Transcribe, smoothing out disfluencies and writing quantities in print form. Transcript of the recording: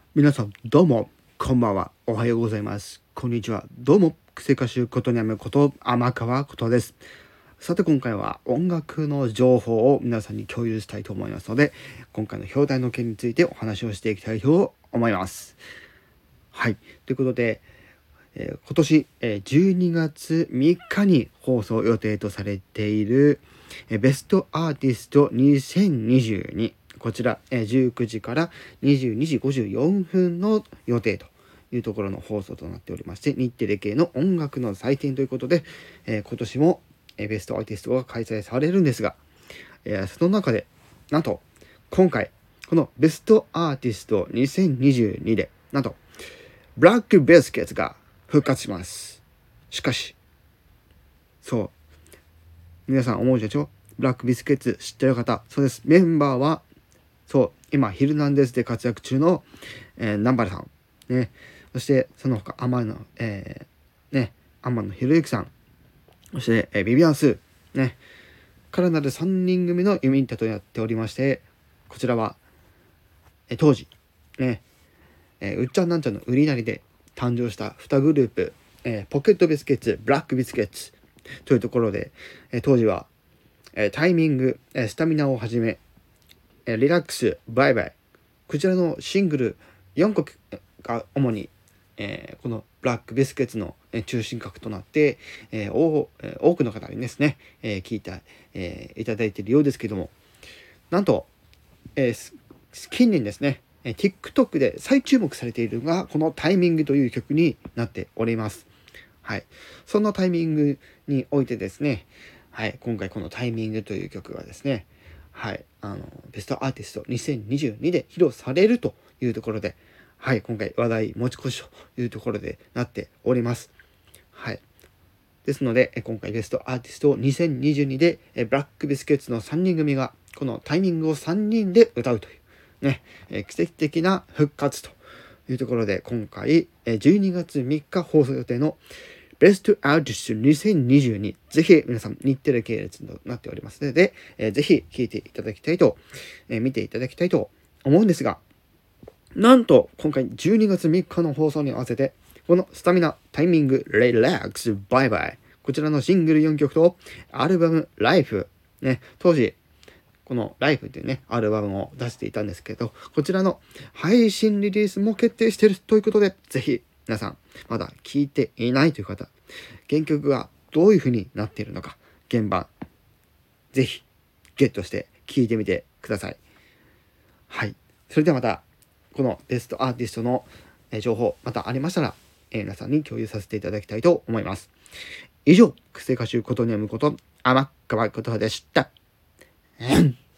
皆さんどうもこんばんは、おはようございます、こんにちは、どうも癖歌手ことにゃむこと天川ことです。さて今回は音楽の情報を皆さんに共有したいと思いますので、今回の表題の件についてお話をしていきたいと思います。はい、ということで、今年12月3日に放送予定とされているベストアーティスト2022、こちら19時から22時54分の予定というところの放送となっておりまして、日テレ系の音楽の祭典ということで、今年もベストアーティストが開催されるんですが、その中でなんと今回このベストアーティスト2022でなんとブラックビスケッツが復活します。しかしそう皆さん思うでしょ、ブラックビスケッツ知ってる方、そうです、メンバーはそう今ヒルナンデスで活躍中の、南原さんね、そしてその他天野ひろゆきさん、そして、ビビアンスねからなる3人組のユニットとなっておりまして、こちらは、当時ね、うっちゃんなんちゃんの売りなりで誕生した2グループ、ポケットビスケッツ、ブラックビスケッツというところで、当時は、タイミング、スタミナをはじめ、リラックス、バイバイ、こちらのシングル4曲が主に、このブラックビスケッツの中心核となって、多くの方にですね、聞いて、いただいているようですけども、なんと、近年ですね、TikTok で再注目されているのがこのタイミングという曲になっております。はい、そのタイミングにおいてですね、はい、今回このタイミングという曲がですね、はい、ベストアーティスト2022で披露されるというところで、はい、今回話題持ち越しというところでなっております。はい。ですので、今回ベストアーティスト2022で、ブラックビスケッツの3人組がこのタイミングを3人で歌うというね、奇跡的な復活というところで、今回12月3日放送予定のベストアーティスト2022、ぜひ皆さん日テレ系列となっておりますので、ぜひ聴いていただきたいと、見ていただきたいと思うんですが、なんと今回12月3日の放送に合わせて、このスタミナ、タイミング、リラックス、バイバイ、こちらのシングル4曲とアルバムライフ、ね、当時このライフというねアルバムを出していたんですけど、こちらの配信リリースも決定しているということで、ぜひ皆さんまだ聴いていないという方、原曲がどういう風になっているのか、原版ぜひゲットして聴いてみてください。はい、それではまたこのベストアーティストの情報またありましたら、皆さんに共有させていただきたいと思います。以上、癖歌手ことにゃむこと天川ことでした。